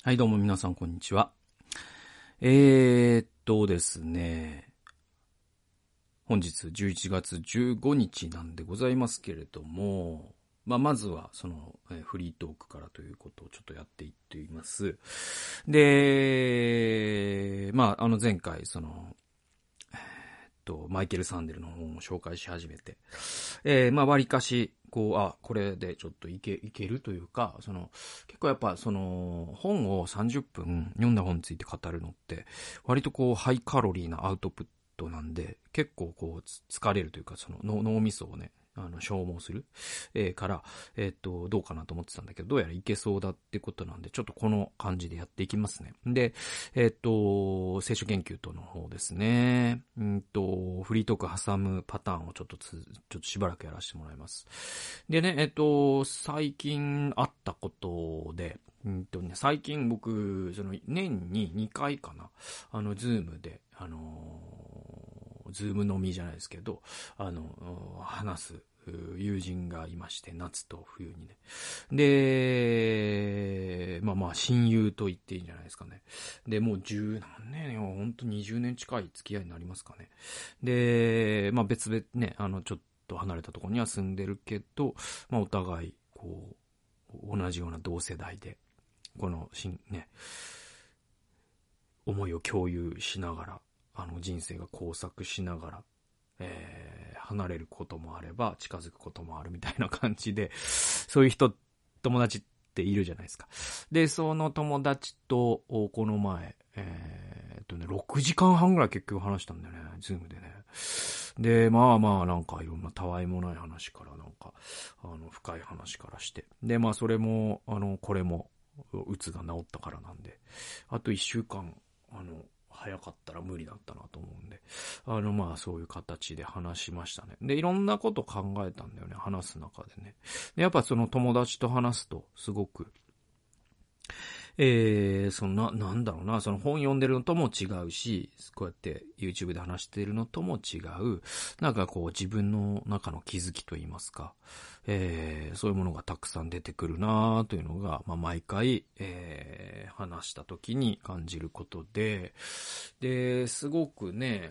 はい、どうも皆さん、こんにちは。ですね、本日11月15日なんでございますけれども、まずは、フリートークからということをちょっとやっていっています。で、前回、マイケル・サンデルの本を紹介し始めて、割かし、これでちょっといけるというか、結構やっぱ本を30分読んだ本について語るのって、割とハイカロリーなアウトプットなんで、結構疲れるというか、脳みそをね、消耗する、から、どうかなと思ってたんだけど、どうやらいけそうだってことなんで、ちょっとこの感じでやっていきますね。で、聖書研究との方ですね。フリートーク挟むパターンをちょっとしばらくやらせてもらいます。でね、最近あったことで、最近僕、年に2回かな、ズームで、ズーム飲みじゃないですけど、話す友人がいまして、夏と冬にね。で、親友と言っていいんじゃないですかね。で、もう十何年よ、ほんと20年近い付き合いになりますかね。で、別々ね、ちょっと離れたところには住んでるけど、お互い、同じような同世代で、思いを共有しながら、人生が交錯しながら、離れることもあれば近づくこともあるみたいな感じで、そういう友達っているじゃないですか。で、その友達と、この前、6時間半ぐらい結局話したんだよね、ズームでね。で、なんかいろんなたわいもない話から、なんか、深い話からして。で、それも、これも、うつが治ったからなんで、あと1週間、早かったら無理だったなと思うんで、そういう形で話しましたね。で、いろんなこと考えたんだよね、話す中でね。で、やっぱ友達と話すと、すごく、なんだろうな、本読んでるのとも違うし、こうやって YouTube で話しているのとも違う、なんか自分の中の気づきといいますか、そういうものがたくさん出てくるなというのが、毎回、話した時に感じることで、で、すごくね、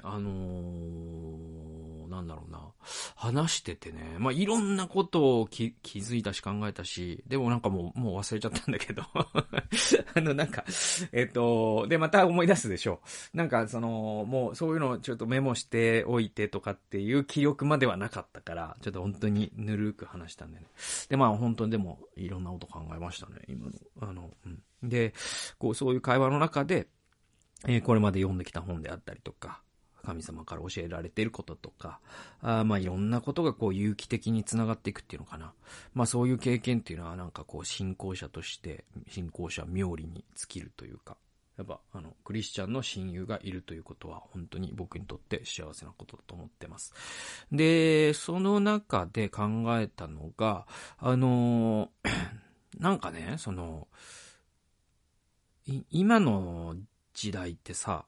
なんだろうな、話しててね、いろんなことを気づいたし考えたし、でもなんかもう忘れちゃったんだけど、なんか、で、また思い出すでしょう。なんか、もうそういうのをちょっとメモしておいてとかっていう記憶まではなかったから、ちょっと本当にぬるく話したんだよね。で、本当にでも、いろんなこと考えましたね、今の。で、そういう会話の中で、これまで読んできた本であったりとか、神様から教えられていることとか、いろんなことが有機的につながっていくっていうのかな。そういう経験っていうのはなんか信仰者として、信仰者冥利に尽きるというか、やっぱクリスチャンの親友がいるということは本当に僕にとって幸せなことだと思ってます。で、その中で考えたのが、なんかね、今の時代ってさ、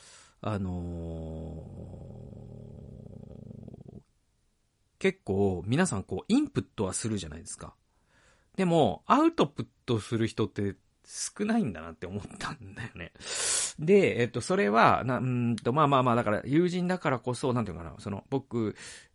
結構皆さんインプットはするじゃないですか。でも、アウトプットする人って少ないんだなって思ったんだよね。で、それは、だから友人だからこそ、なんていうかな、僕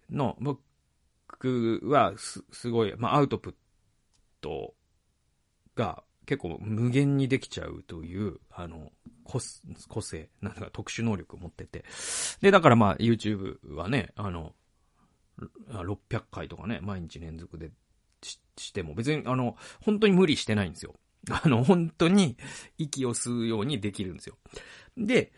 はすごい、アウトプットが結構無限にできちゃうという、個性、なんか特殊能力を持ってて。で、だからYouTube はね、600回とかね、毎日連続でしても、別に本当に無理してないんですよ。本当に息を吸うようにできるんですよ。で、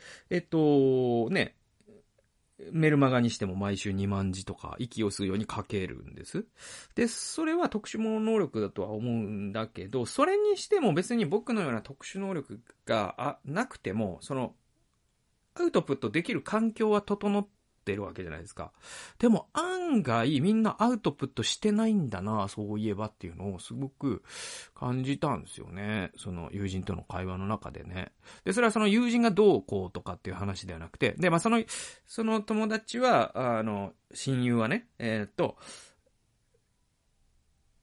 メルマガにしても毎週2万字とか息を吸うように書けるんです。で、それは特殊能力だとは思うんだけど、それにしても別に僕のような特殊能力がなくても、アウトプットできる環境は整ってるわけじゃないですか。でも案外みんなアウトプットしてないんだな、そういえばっていうのをすごく感じたんですよね。その友人との会話の中でね。で、それはその友人がどうこうとかっていう話ではなくて、で、その友達は、親友はね、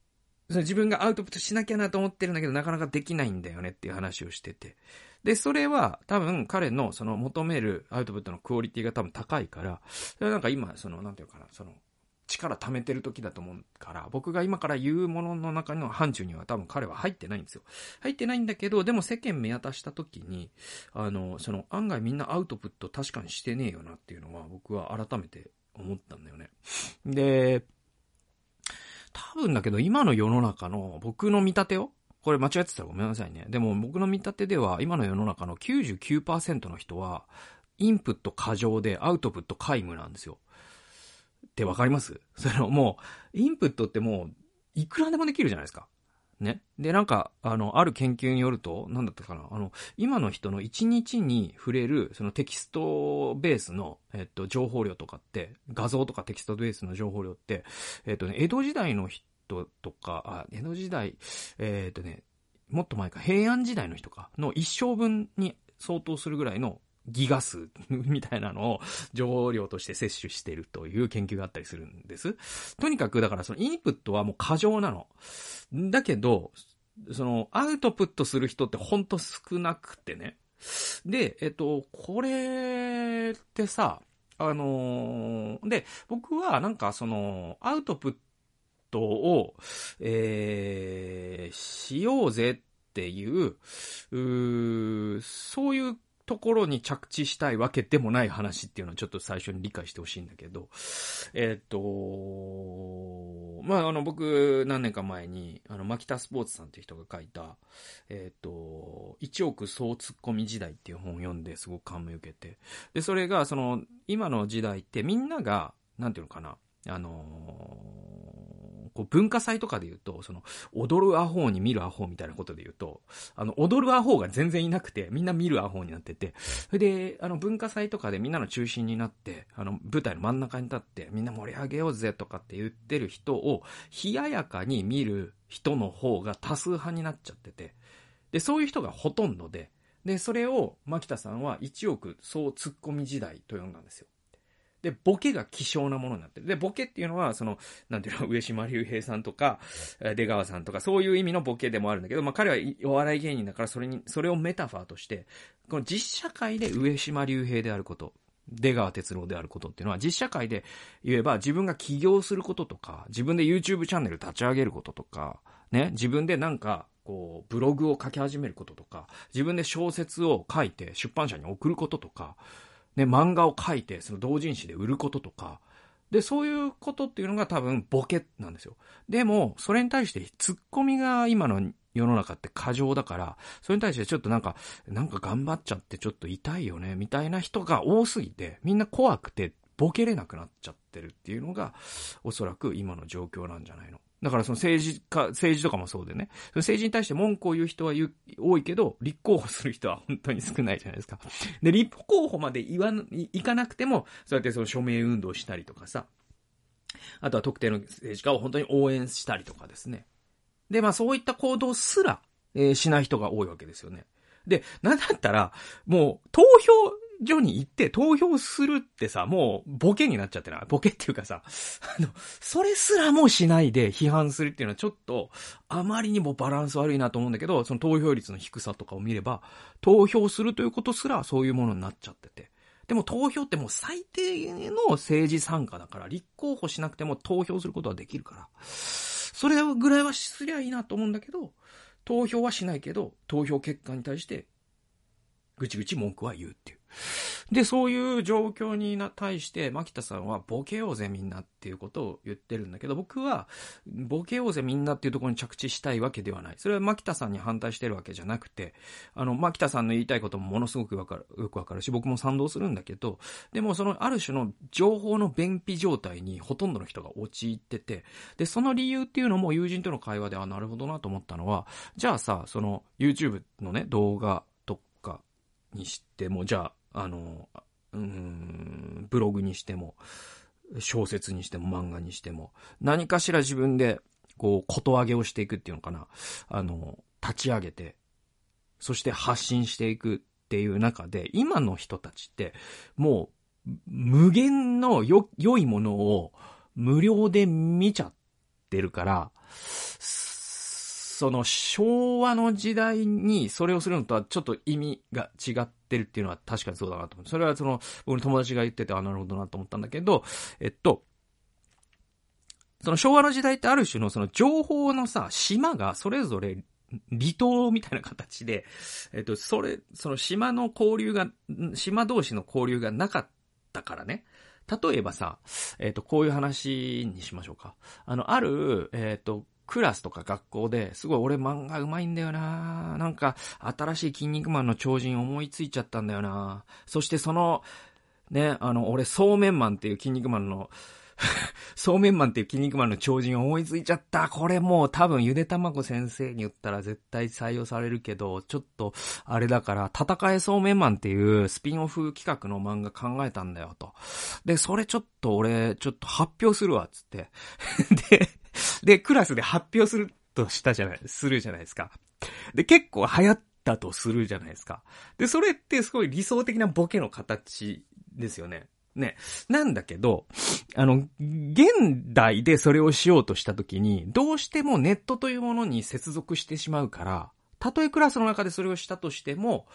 それ自分がアウトプットしなきゃなと思ってるんだけど、なかなかできないんだよねっていう話をしてて。で、それは多分彼のその求めるアウトプットのクオリティが多分高いから、それはなんか今、その、なんていうかな、その、力貯めてる時だと思うから、僕が今から言うものの中の範疇には多分彼は入ってないんですよ。入ってないんだけど、でも世間見渡した時に、その案外みんなアウトプット確かにしてねえよなっていうのは僕は改めて思ったんだよね。で、多分だけど今の世の中の僕の見立てを、これ間違ってたらごめんなさいね。でも僕の見立てでは今の世の中の 99% の人はインプット過剰でアウトプット皆無なんですよ。ってわかります？そのもう、インプットってもう、いくらでもできるじゃないですか。ね。で、なんか、ある研究によると、なんだったかな、今の人の1日に触れる、そのテキストベースの、情報量とかって、画像とかテキストベースの情報量って、江戸時代の人とか、江戸時代、もっと前か、平安時代の人か、の一生分に相当するぐらいのギガ数みたいなのを情報量として摂取しているという研究があったりするんです。とにかくだからそのインプットはもう過剰なの。だけど、そのアウトプットする人ってほんと少なくてね。で、これってさ、で、僕はなんかそのアウトプットを、しようぜっていう、そういうところに着地したいわけでもない話っていうのをちょっと最初に理解してほしいんだけど、僕何年か前にマキタスポーツさんっていう人が書いた1億総ツッコミ時代っていう本を読んですごく感銘を受けて、でそれがその今の時代ってみんながなんていうのかな、こう文化祭とかで言うと、その、踊るアホに見るアホみたいなことで言うと、踊るアホが全然いなくて、みんな見るアホになってて、それで、文化祭とかでみんなの中心になって、舞台の真ん中に立って、みんな盛り上げようぜとかって言ってる人を、冷ややかに見る人の方が多数派になっちゃってて、で、そういう人がほとんどで、で、それを、牧田さんは1億総ツッコミ時代と呼んだんですよ。で、ボケが希少なものになってる。で、ボケっていうのは、その、なんていうの、上島竜兵さんとか、出川さんとか、そういう意味のボケでもあるんだけど、まあ彼はお笑い芸人だから、それをメタファーとして、この実社会で上島竜兵であること、出川哲朗であることっていうのは、実社会で言えば、自分が起業することとか、自分で YouTube チャンネル立ち上げることとか、ね、自分でなんか、こう、ブログを書き始めることとか、自分で小説を書いて出版社に送ることとか、ね、漫画を書いて、その同人誌で売ることとか、で、そういうことっていうのが多分ボケなんですよ。でも、それに対してツッコミが今の世の中って過剰だから、それに対してちょっとなんか頑張っちゃってちょっと痛いよね、みたいな人が多すぎて、みんな怖くてボケれなくなっちゃってるっていうのが、おそらく今の状況なんじゃないの。だからその政治とかもそうでね。政治に対して文句を言う人は多いけど、立候補する人は本当に少ないじゃないですか。で、立候補までいかなくても、そうやってその署名運動したりとかさ、あとは特定の政治家を本当に応援したりとかですね。で、まあそういった行動すら、しない人が多いわけですよね。で、なんだったら、もう投票所に行って投票するってさ、もうボケになっちゃってな。ボケっていうかさ、それすらもしないで批判するっていうのはちょっと、あまりにもバランス悪いなと思うんだけど、その投票率の低さとかを見れば、投票するということすらそういうものになっちゃってて。でも投票ってもう最低限の政治参加だから、立候補しなくても投票することはできるから、それぐらいはすりゃいいなと思うんだけど、投票はしないけど、投票結果に対して、ぐちぐち文句は言うっていう。で、そういう状況に対して、牧田さんはボケようぜみんなっていうことを言ってるんだけど、僕はボケようぜみんなっていうところに着地したいわけではない。それは牧田さんに反対してるわけじゃなくて、牧田さんの言いたいこともものすごくよくわかるし、僕も賛同するんだけど、でもそのある種の情報の便秘状態にほとんどの人が陥ってて、で、その理由っていうのも友人との会話で、なるほどなと思ったのは、じゃあさ、その YouTube のね、動画とかにしても、じゃあ、ブログにしても、小説にしても漫画にしても、何かしら自分で、こう、こと上げをしていくっていうのかな。立ち上げて、そして発信していくっていう中で、今の人たちって、もう、無限の良いものを無料で見ちゃってるから、 その昭和の時代にそれをするのとはちょっと意味が違ってるっていうのは確かにそうだなと思う。それはその、僕の友達が言ってて、なるほどなと思ったんだけど、その昭和の時代ってある種のその情報のさ、島がそれぞれ離島みたいな形で、その島の交流が、島同士の交流がなかったからね。例えばさ、こういう話にしましょうか。ある、クラスとか学校ですごい俺漫画上手いんだよな。なんか新しい筋肉マンの超人思いついちゃったんだよな。そしてその、ね、俺そうめんマンっていう筋肉マンのそうめんマンっていう筋肉マンの超人思いついちゃった。これもう多分ゆでたまご先生に言ったら絶対採用されるけど、ちょっとあれだから戦えそうめんマンっていうスピンオフ企画の漫画考えたんだよと。で、それちょっと俺ちょっと発表するわっつって。で、クラスで発表するとするじゃないですか。で、結構流行ったとするじゃないですか。で、それってすごい理想的なボケの形ですよね。ね。なんだけど、現代でそれをしようとしたときに、どうしてもネットというものに接続してしまうから、たとえクラスの中でそれをしたとしても、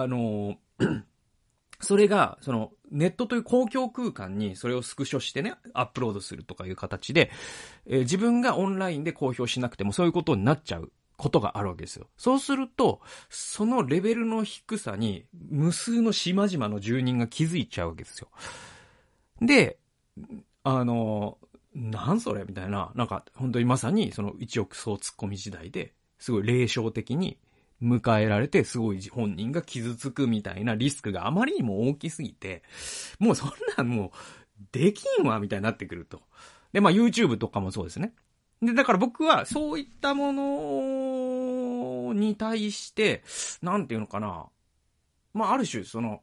それが、その、ネットという公共空間にそれをスクショしてね、アップロードするとかいう形で、自分がオンラインで公表しなくてもそういうことになっちゃうことがあるわけですよ。そうすると、そのレベルの低さに無数の島々の住人が気づいちゃうわけですよ。で、なんそれみたいな、なんか本当にまさにその一億総ツッコミ時代ですごい霊障的に迎えられてすごい本人が傷つくみたいなリスクがあまりにも大きすぎて、もうそんなんもうできんわみたいになってくると。で、まあ YouTube とかもそうですね。で、だから僕はそういったものに対して、なんていうのかな。まあある種その、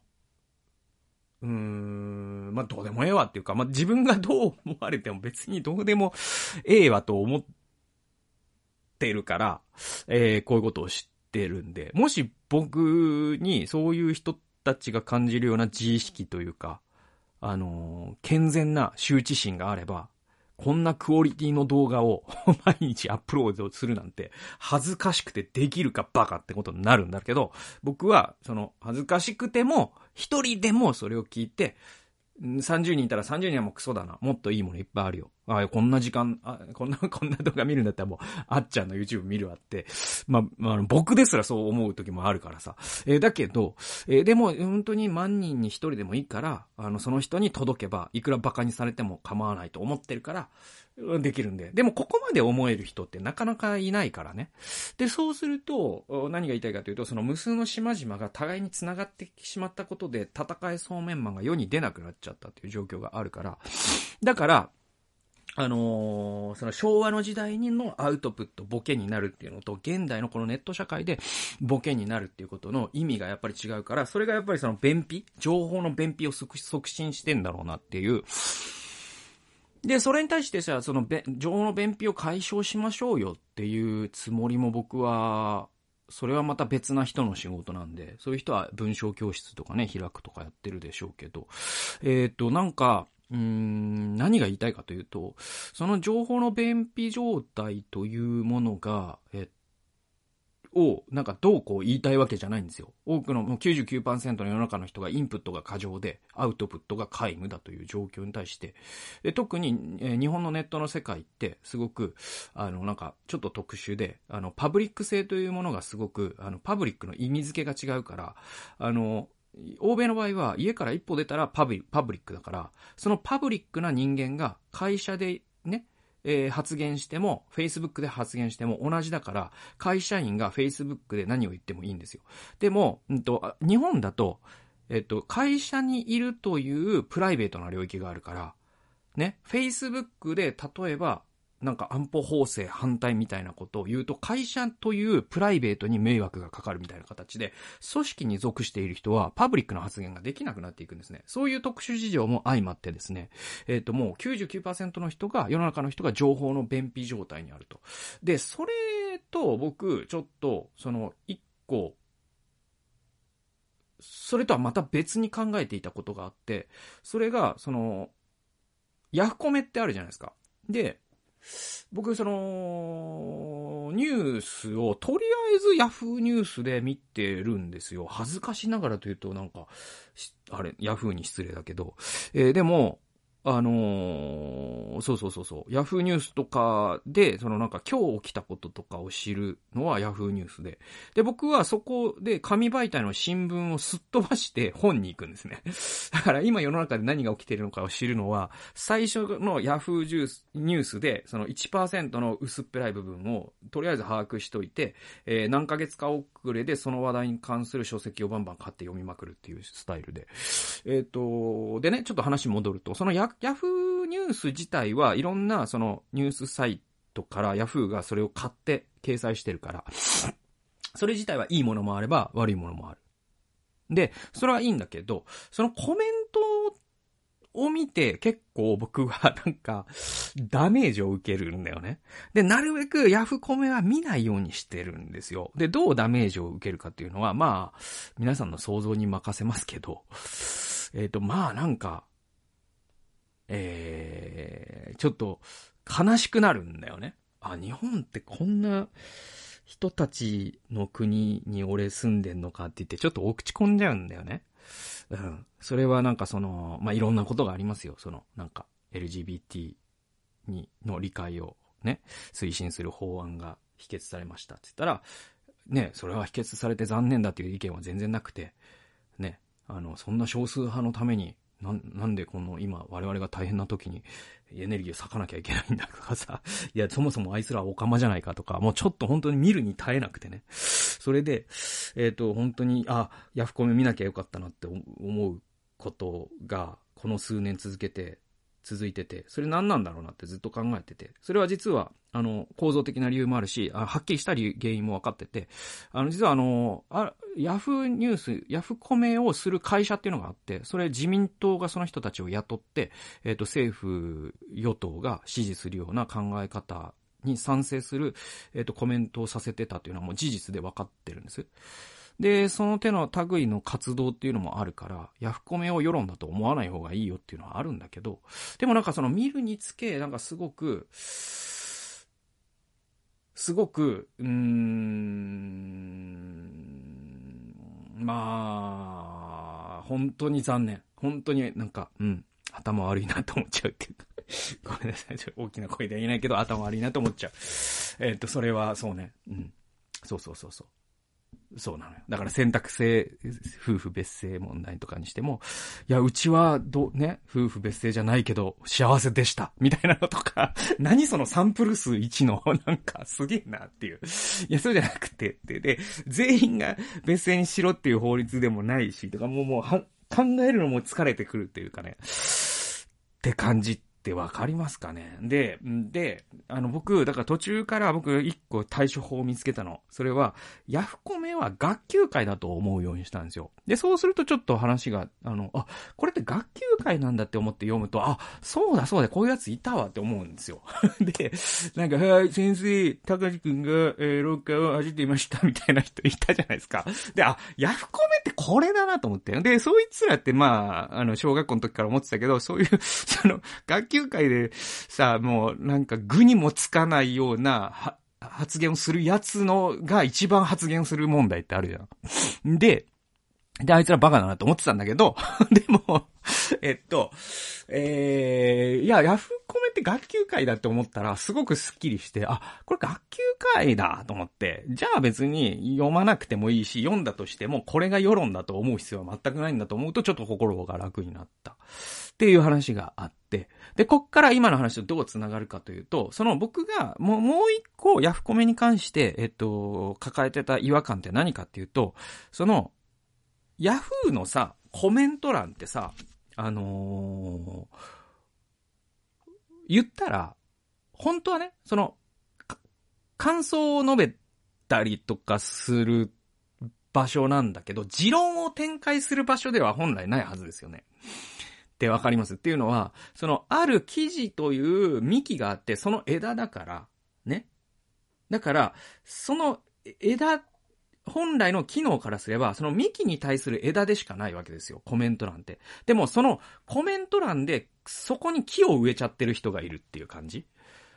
まあ、どうでもええわっていうか、まあ、自分がどう思われても別にどうでもええわと思ってるから、こういうことを知ってるんで、もし僕にそういう人たちが感じるような自意識というか、健全な羞恥心があれば、こんなクオリティの動画を毎日アップロードするなんて恥ずかしくてできるかバカってことになるんだけど、僕はその恥ずかしくても一人でもそれを聞いて、30人いたら30人はもうクソだな。もっといいものいっぱいあるよ。こんな時間、こんな動画見るんだったらもう、あっちゃんの YouTube 見るわって。まあ、僕ですらそう思う時もあるからさ。だけど、でも、本当に万人に一人でもいいから、その人に届けば、いくらバカにされても構わないと思ってるから、できるんで。でも、ここまで思える人ってなかなかいないからね。で、そうすると、何が言いたいかというと、その無数の島々が互いに繋がってしまったことで、戦えそうめんマンが世に出なくなっちゃったっていう状況があるから、だから、その昭和の時代のアウトプット、ボケになるっていうのと、現代のこのネット社会でボケになるっていうことの意味がやっぱり違うから、それがやっぱりその情報の便秘を促進してんだろうなっていう。で、それに対してさ、その情報の便秘を解消しましょうよっていうつもりも僕は、それはまた別な人の仕事なんで、そういう人は文章教室とかね、開くとかやってるでしょうけど、なんか、何が言いたいかというと、その情報の便秘状態というものが、なんかどうこう言いたいわけじゃないんですよ。多くのもう 99% の世の中の人がインプットが過剰で、アウトプットが皆無だという状況に対して、特に、日本のネットの世界ってすごく、なんかちょっと特殊で、パブリック性というものがすごく、パブリックの意味付けが違うから、欧米の場合は家から一歩出たらパブリックだから、そのパブリックな人間が会社でね、発言しても、Facebook で発言しても同じだから、会社員が Facebook で何を言ってもいいんですよ。でも、日本だと、会社にいるというプライベートな領域があるから、ね、Facebook で例えば、なんか安保法制反対みたいなことを言うと、会社というプライベートに迷惑がかかるみたいな形で、組織に属している人はパブリックな発言ができなくなっていくんですね。そういう特殊事情も相まってですね、もう 99% の人が、世の中の人が情報の便秘状態にあると。で、それと僕、ちょっと、一個、それとはまた別に考えていたことがあって、それが、ヤフコメってあるじゃないですか。で、 僕ニュースをとりあえずヤフーニュースで見てるんですよ。恥ずかしながらというとなんか、ヤフーに失礼だけど。でも、そう。ヤフーニュースとかで、なんか今日起きたこととかを知るのはヤフーニュースで。で、僕はそこで紙媒体の新聞をすっ飛ばして本に行くんですね。だから今世の中で何が起きているのかを知るのは、最初のヤフーニュースで、その 1% の薄っぺらい部分をとりあえず把握しといて、何ヶ月か遅れでその話題に関する書籍をバンバン買って読みまくるっていうスタイルで。でね、ちょっと話戻ると、そのヤフーニュース自体はいろんなそのニュースサイトからヤフーがそれを買って掲載してるから、それ自体はいいものもあれば悪いものもある。で、それはいいんだけど、そのコメントを見て結構僕はなんかダメージを受けるんだよね。で、なるべくヤフコメは見ないようにしてるんですよ。で、どうダメージを受けるかっていうのは、まあ、皆さんの想像に任せますけど、まあなんか、ちょっと悲しくなるんだよね。あ、日本ってこんな人たちの国に俺住んでんのかって言ってちょっと落ち込んじゃうんだよね。うん。それはなんかまあ、いろんなことがありますよ。なんか LGBT の理解をね、推進する法案が否決されましたって言ったら、ね、それは否決されて残念だっていう意見は全然なくて、ね、そんな少数派のためになんで今我々が大変な時にエネルギーを割かなきゃいけないんだとかさ、いやそもそもあいつらはオカマじゃないかとか、もうちょっと本当に見るに耐えなくてね。それで、本当に、ヤフコメ見なきゃよかったなって思うことがこの数年続いてて、それ何なんだろうなってずっと考えてて、それは実は、構造的な理由もあるし、はっきりした原因も分かってて、実はヤフーニュース、ヤフコメをする会社っていうのがあって、それ自民党がその人たちを雇って、政府、与党が支持するような考え方に賛成する、コメントをさせてたというのはもう事実で分かってるんです。で、その手の類の活動っていうのもあるから、ヤフコメを世論だと思わない方がいいよっていうのはあるんだけど、でもなんか見るにつけ、なんかすごく、まあ、本当に残念。本当になんか、頭悪いなと思っちゃうっていうか。ごめんなさい。大きな声では言えないけど、頭悪いなと思っちゃう。それはそうね。そう。そうなのよ。だから選択制夫婦別姓問題とかにしても、いや、うちは夫婦別姓じゃないけど幸せでした。みたいなのとか、何そのサンプル数1のなんかすげえなっていう。いや、そうじゃなくてって。で、全員が別姓にしろっていう法律でもないし、とかもう考えるのも疲れてくるっていうかね。って感じってわかりますかね。で、僕、だから途中から僕一個対処法を見つけたの。それは、ヤフコメは学級会だと思うようにしたんですよ。で、そうするとちょっと話が、これって学級会なんだって思って読むと、そうだ、こういうやついたわって思うんですよ。で、なんか、はい、先生、高地くんが、廊下を走っていました、みたいな人いたじゃないですか。で、ヤフコメってこれだなと思って。で、そいつらってまあ、小学校の時から思ってたけど、そういう、学級会でさ、もうなんか具にもつかないような発言をするやつのが一番発言する問題ってあるじゃん。で、あいつらバカだなと思ってたんだけど、でも、いや、ヤフコメって学級会だって思ったら、すごくスッキリして、これ学級会だと思って、じゃあ別に読まなくてもいいし、読んだとしても、これが世論だと思う必要は全くないんだと思うと、ちょっと心が楽になった。っていう話があって、で、こっから今の話とどう繋がるかというと、僕がもう一個ヤフコメに関して、抱えてた違和感って何かっていうと、ヤフーのさ、コメント欄ってさ、言ったら、本当はね、感想を述べたりとかする場所なんだけど、持論を展開する場所では本来ないはずですよね。ってわかりますっていうのは、ある記事という幹があって、その枝だから、ね。だから、その本来の機能からすれば、その幹に対する枝でしかないわけですよ、コメント欄って。でもそのコメント欄で、そこに木を植えちゃってる人がいるっていう感じ。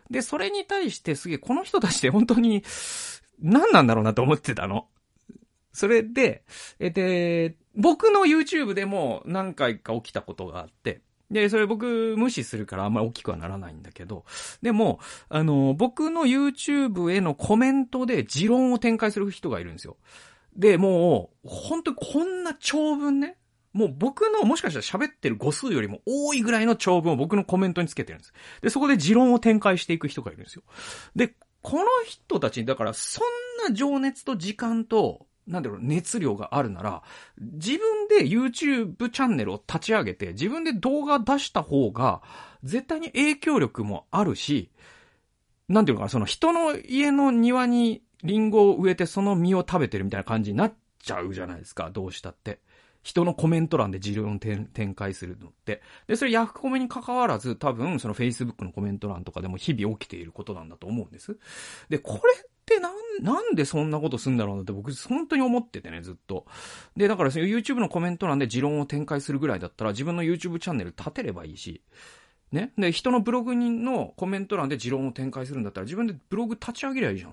で、それに対してすげえ、この人たちって本当に、何なんだろうなと思ってたの。それで、僕の YouTube でも何回か起きたことがあって、で、それ僕無視するからあんまり大きくはならないんだけど、でも、僕の YouTube へのコメントで持論を展開する人がいるんですよ。で、もう、本当にこんな長文ね、もう僕のもしかしたら喋ってる語数よりも多いぐらいの長文を僕のコメントにつけてるんです。で、そこで持論を展開していく人がいるんですよ。で、この人たちに、だからそんな情熱と時間と、なんだろう、熱量があるなら、自分で YouTube チャンネルを立ち上げて、自分で動画出した方が、絶対に影響力もあるし、なんていうのかな、その人の家の庭にリンゴを植えてその実を食べてるみたいな感じになっちゃうじゃないですか、どうしたって。人のコメント欄で持論を展開するのって。で、それヤフコメに関わらず、多分、その Facebook のコメント欄とかでも日々起きていることなんだと思うんです。で、これってなんでそんなことすんだろうなって僕、本当に思っててね、ずっと。で、だから、YouTube のコメント欄で持論を展開するぐらいだったら、自分の YouTube チャンネル立てればいいし、ね。で、人のブログのコメント欄で持論を展開するんだったら、自分でブログ立ち上げりゃいいじゃんって、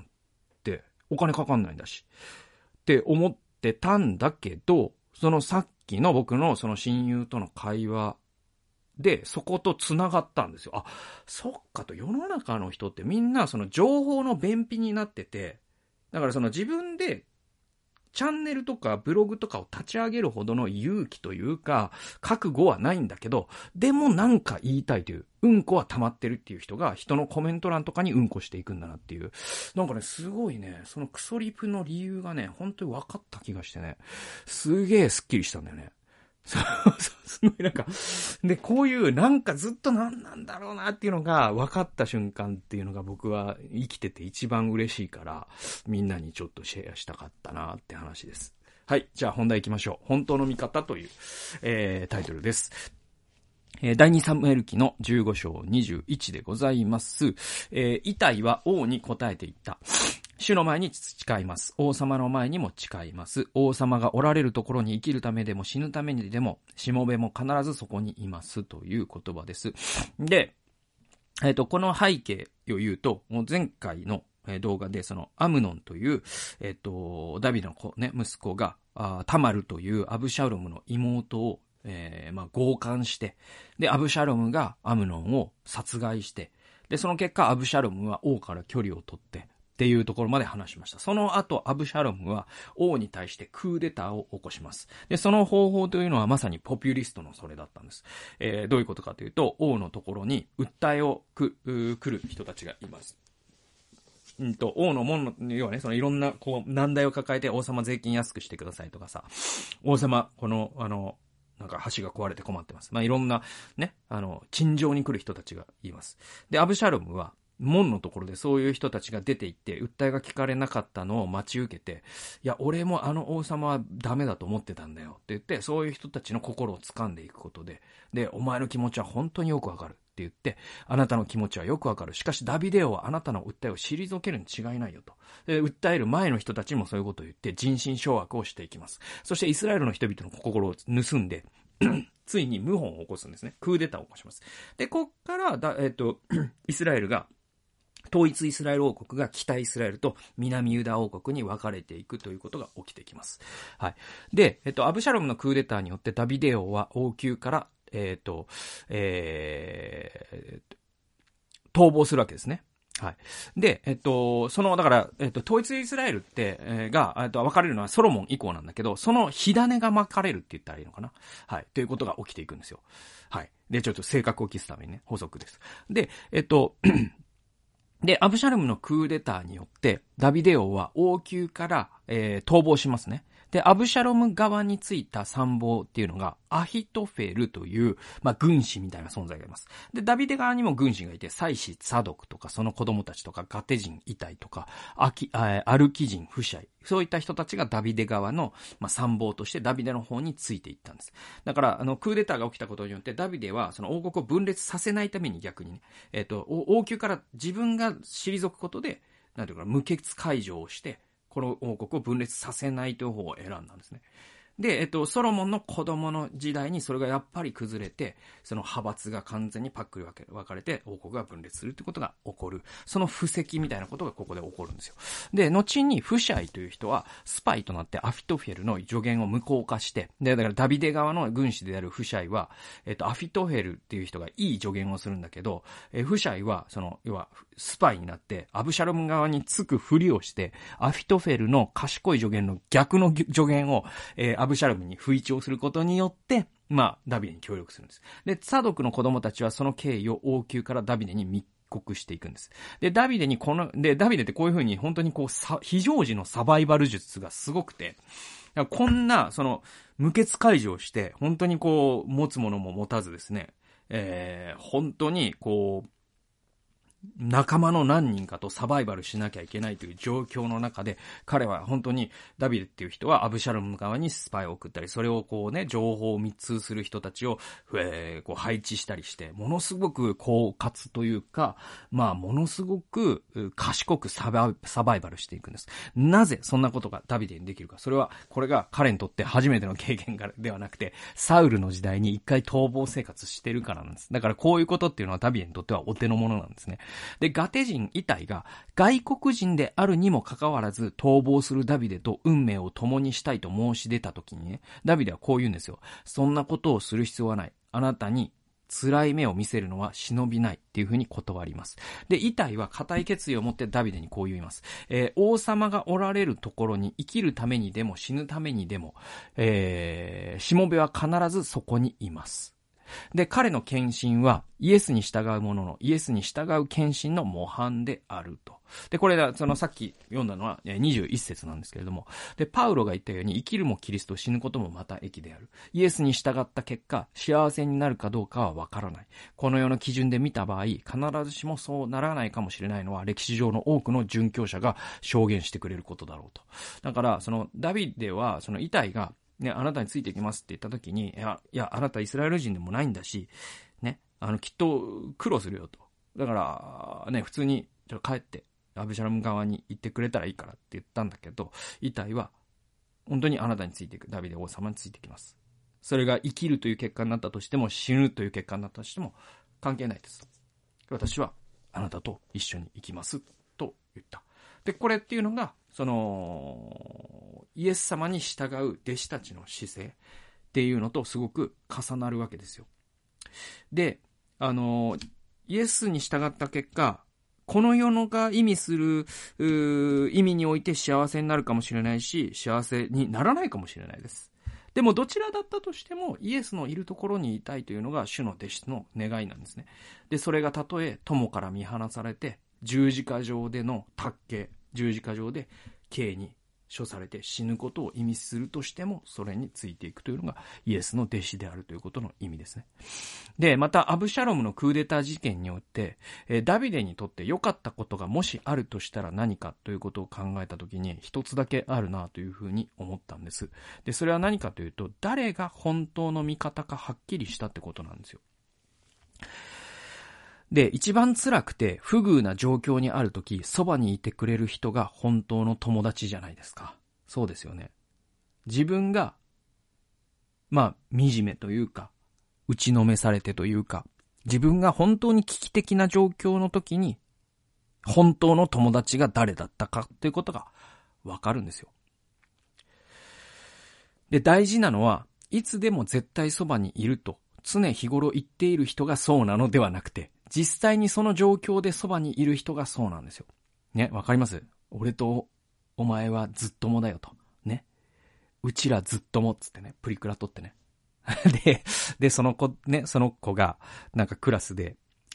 お金かかんないんだし。って思ってたんだけど、そのさっきの僕のその親友との会話で、そこと繋がったんですよ。あ、そっかと、世の中の人ってみんなその情報の便秘になってて、だからその自分でチャンネルとかブログとかを立ち上げるほどの勇気というか、覚悟はないんだけど、でもなんか言いたいという、うんこは溜まってるっていう人が人のコメント欄とかにうんこしていくんだなっていう。なんかね、すごいね、そのクソリプの理由がね、本当に分かった気がしてね、すげえスッキリしたんだよね。すごいなんか、で、こういうなんかずっとなんなんだろうなっていうのが分かった瞬間っていうのが僕は生きてて一番嬉しいから、みんなにちょっとシェアしたかったなって話です。はい。じゃあ本題行きましょう。本当の見方という、タイトルです。第2サムエル記の15章21でございます。イタイは王に答えていった。主の前に誓います。王様の前にも誓います。王様がおられるところに生きるためでも死ぬためにでも、しもべも必ずそこにいますという言葉です。で、この背景を言うと、もう前回の動画でそのアムノンという、ダビデの子ね、息子が、タマルというアブシャロムの妹を、強姦して、で、アブシャロムがアムノンを殺害して、で、その結果、アブシャロムは王から距離を取って、っていうところまで話しました。その後、アブシャロムは王に対してクーデターを起こします。で、その方法というのはまさにポピュリストのそれだったんです。どういうことかというと、王のところに訴えを来る人たちがいます。王の門の、要はね、そのいろんな、こう、難題を抱えて王様税金安くしてくださいとかさ、王様、この、なんか橋が壊れて困ってます。いろんな、ね、陳情に来る人たちがいます。で、アブシャロムは、門のところでそういう人たちが出て行って、訴えが聞かれなかったのを待ち受けて、いや、俺も王様はダメだと思ってたんだよって言って、そういう人たちの心を掴んでいくことで、で、お前の気持ちは本当によくわかるって言って、あなたの気持ちはよくわかる。しかしダビデオはあなたの訴えを退けるに違いないよと。で、訴える前の人たちもそういうことを言って、人心掌握をしていきます。そしてイスラエルの人々の心を盗んで、ついに謀反を起こすんですね。クーデターを起こします。で、こっからイスラエルが、統一イスラエル王国が北イスラエルと南ユダ王国に分かれていくということが起きてきます。はい。で、アブシャロムのクーデターによってダビデオは王宮から、逃亡するわけですね。はい。で、だから、統一イスラエルって、分かれるのはソロモン以降なんだけど、その火種が巻かれるって言ったらいいのかな。はい。ということが起きていくんですよ。はい。で、ちょっと正確を期すためにね、補足です。で、で、アブシャロムのクーデターによって、ダビデ王は王宮から、逃亡しますね。で、アブシャロム側についた参謀っていうのが、アヒトフェルという、軍師みたいな存在がいます。で、ダビデ側にも軍師がいて、祭司サドクとか、その子供たちとか、ガテ人イタイとか、アルキ人フシャイ。そういった人たちがダビデ側の、参謀としてダビデの方についていったんです。だから、クーデターが起きたことによって、ダビデは、その王国を分裂させないために逆にね、王宮から自分が退くことで、なんていうか、無血解除をして、この王国を分裂させないという方を選んだんですね。 で、ソロモンの子供の時代にそれがやっぱり崩れて、その派閥が完全にパックリ分かれて、王国が分裂するってことが起こる。その布石みたいなことがここで起こるんですよ。で、後にフシャイという人は、スパイとなってアフィトフェルの助言を無効化して、で、だからダビデ側の軍師であるフシャイは、アフィトフェルっていう人がいい助言をするんだけど、フシャイは、要は、スパイになって、アブシャロム側につくふりをして、アフィトフェルの賢い助言の逆の助言を、アブシャロムに不意調することによって、ダビデに協力するんです。で、ツァドクの子供たちはその経緯を王宮からダビデに密告していくんです。で、ダビデってこういう風に本当に非常時のサバイバル術がすごくて、こんな、無血解除をして、本当に持つものも持たずですね、本当に仲間の何人かとサバイバルしなきゃいけないという状況の中で、彼は本当にダビデっていう人はアブシャロム側にスパイを送ったり、それを情報を密通する人たちを、配置したりして、ものすごく狡猾というか、ものすごく賢くサバイバルしていくんです。なぜそんなことがダビデにできるか。これが彼にとって初めての経験ではなくて、サウルの時代に一回逃亡生活してるからなんです。だからこういうことっていうのはダビデにとってはお手の物なんですね。で、ガテ人イタイが外国人であるにもかかわらず逃亡するダビデと運命を共にしたいと申し出たときにね、ダビデはこう言うんですよ。そんなことをする必要はない。あなたに辛い目を見せるのは忍びないっていうふうに断ります。で、イタイは固い決意を持ってダビデにこう言います。王様がおられるところに生きるためにでも死ぬためにでも、しもべは必ずそこにいます。で、彼の献身はイエスに従う者のイエスに従う献身の模範であると。で、これがさっき読んだのは21節なんですけれども、で、パウロが言ったように生きるもキリスト、死ぬこともまた益である。イエスに従った結果、幸せになるかどうかはわからない。この世の基準で見た場合、必ずしもそうならないかもしれないのは歴史上の多くの殉教者が証言してくれることだろうと。だから、ダビデは、イタイがね、あなたについていきますって言った時に、いや、あなたイスラエル人でもないんだし、ね、きっと苦労するよと。だから、ね、普通に、帰って、アブシャロム側に行ってくれたらいいからって言ったんだけど、イタイは、本当にあなたについていく、ダビデ王様についていきます。それが生きるという結果になったとしても、死ぬという結果になったとしても、関係ないです。私は、あなたと一緒に行きます、と言った。で、これっていうのが、イエス様に従う弟子たちの姿勢っていうのとすごく重なるわけですよ。で、イエスに従った結果、この世のが意味する意味において幸せになるかもしれないし、幸せにならないかもしれないです。でもどちらだったとしても、イエスのいるところにいたいというのが主の弟子の願いなんですね。で、それがたとえ友から見放されて、十字架上での十字架上で刑に処されて死ぬことを意味するとしても、それについていくというのがイエスの弟子であるということの意味ですね。で、またアブシャロムのクーデター事件によって、ダビデにとって良かったことがもしあるとしたら何かということを考えたときに、一つだけあるなというふうに思ったんです。で、それは何かというと、誰が本当の味方かはっきりしたってことなんですよ。で、一番辛くて不遇な状況にあるとき、そばにいてくれる人が本当の友達じゃないですか。そうですよね。自分が、惨めというか、打ちのめされてというか、自分が本当に危機的な状況の時に、本当の友達が誰だったかということがわかるんですよ。で、大事なのは、いつでも絶対そばにいると、常日頃言っている人がそうなのではなくて、実際にその状況でそばにいる人がそうなんですよ。ね、わかります？俺とお前はずっともだよと。ね。うちらずっともっつってね、プリクラ撮ってね。で、その子が、なんかクラスで、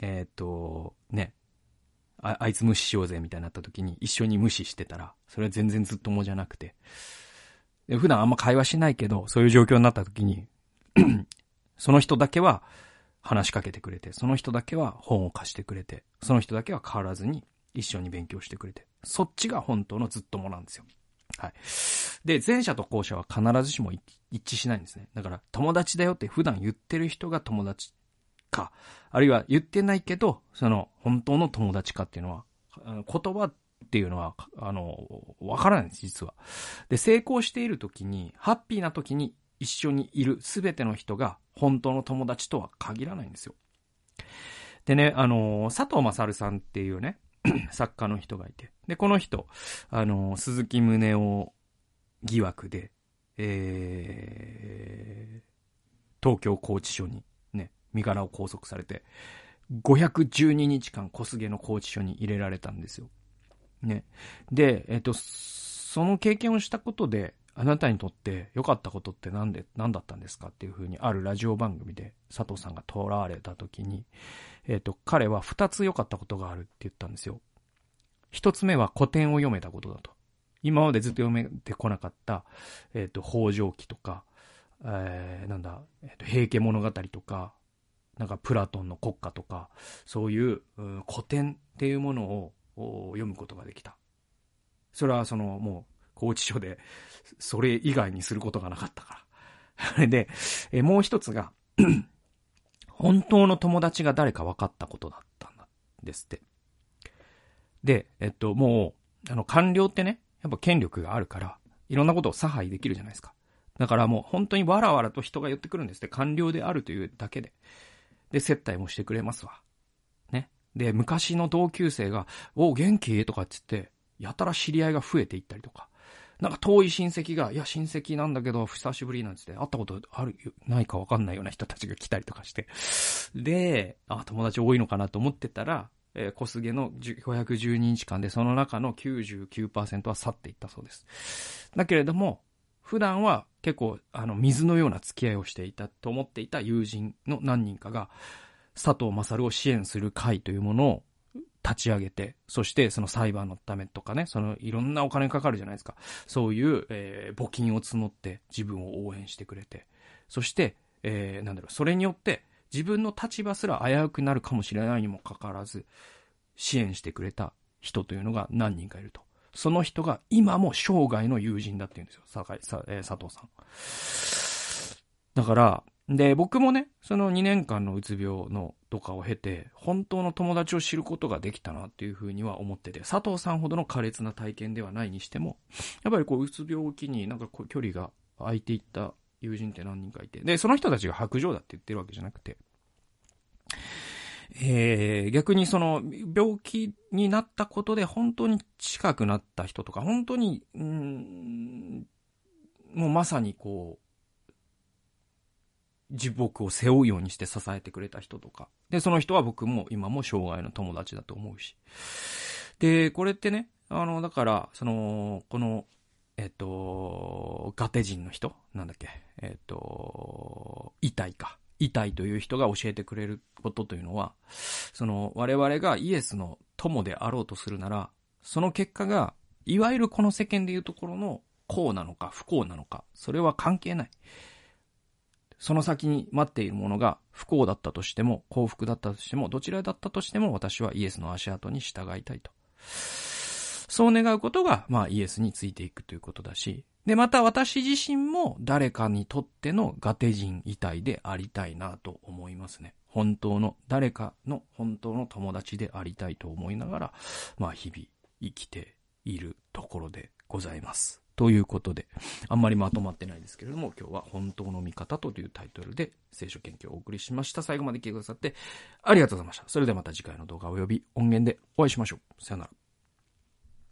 あいつ無視しようぜみたいになった時に一緒に無視してたら、それは全然ずっともじゃなくて、普段あんま会話しないけど、そういう状況になった時に、その人だけは話しかけてくれて、その人だけは本を貸してくれて、その人だけは変わらずに一緒に勉強してくれて、そっちが本当のずっともなんですよ。はい。で、前者と後者は必ずしも一致しないんですね。だから、友達だよって普段言ってる人が友達か、あるいは言ってないけど、その本当の友達かっていうのは、言葉っていうのは、わからないんです、実は。で、成功している時に、ハッピーな時に一緒にいるすべての人が本当の友達とは限らないんですよ。でね、佐藤勝さんっていうね、作家の人がいて。で、この人、鈴木宗男疑惑で、東京拘置所にね、身柄を拘束されて、512日間小菅の拘置所に入れられたんですよ。ね。で、その経験をしたことで、あなたにとって良かったことって何だったんですかっていうふうに、あるラジオ番組で佐藤さんが問われたときに、彼は2つ良かったことがあるって言ったんですよ。1つ目は古典を読めたことだと。今までずっと読めてこなかった、北条記とか、平家物語とか、なんかプラトンの国家とか、そういう、古典っていうものを読むことができた。それはもう、拘置所で、それ以外にすることがなかったから。で、もう一つが、本当の友達が誰か分かったことだったんですって。で、もう、官僚ってね、やっぱ権力があるから、いろんなことを差配できるじゃないですか。だからもう本当にわらわらと人が寄ってくるんですって、官僚であるというだけで。で、接待もしてくれますわ。ね。で、昔の同級生が、元気とかって言って、やたら知り合いが増えていったりとか。なんか遠い親戚が、いや、親戚なんだけど、久しぶりなんつって、会ったことある、ないか分かんないような人たちが来たりとかして。で、友達多いのかなと思ってたら、小菅の512日間でその中の 99% は去っていったそうです。だけれども、普段は結構水のような付き合いをしていたと思っていた友人の何人かが佐藤勝を支援する会というものを立ち上げて、そしてその裁判のためとかね、いろんなお金かかるじゃないですか。そういう、募金を募って自分を応援してくれて、そして、それによって自分の立場すら危うくなるかもしれないにもかかわらず、支援してくれた人というのが何人かいると。その人が今も生涯の友人だって言うんですよ。佐藤さん。だから、で、僕もね、その2年間のうつ病のとかを経て、本当の友達を知ることができたなっていうふうには思ってて、佐藤さんほどの苛烈な体験ではないにしても、やっぱりうつ病を機になんか距離が空いていった友人って何人かいて、で、その人たちが白状だって言ってるわけじゃなくて、逆に病気になったことで本当に近くなった人とか、本当に、もうまさに自僕を背負うようにして支えてくれた人とか。で、その人は僕も今も生涯の友達だと思うし。で、これってね、だから、この、ガテ人の人なんだっけイタイという人が教えてくれることというのは、我々がイエスの友であろうとするなら、その結果が、いわゆるこの世間でいうところの幸なのか不幸なのか、それは関係ない。その先に待っているものが不幸だったとしても、幸福だったとしても、どちらだったとしても、私はイエスの足跡に従いたいと。そう願うことが、イエスについていくということだし、で、また私自身も誰かにとってのガテ人遺体でありたいなと思いますね。誰かの本当の友達でありたいと思いながら、日々生きているところでございます。ということで、あんまりまとまってないですけれども、今日は本当の味方というタイトルで聖書研究をお送りしました。最後まで聞いてくださってありがとうございました。それではまた次回の動画及び音源でお会いしましょう。さよなら。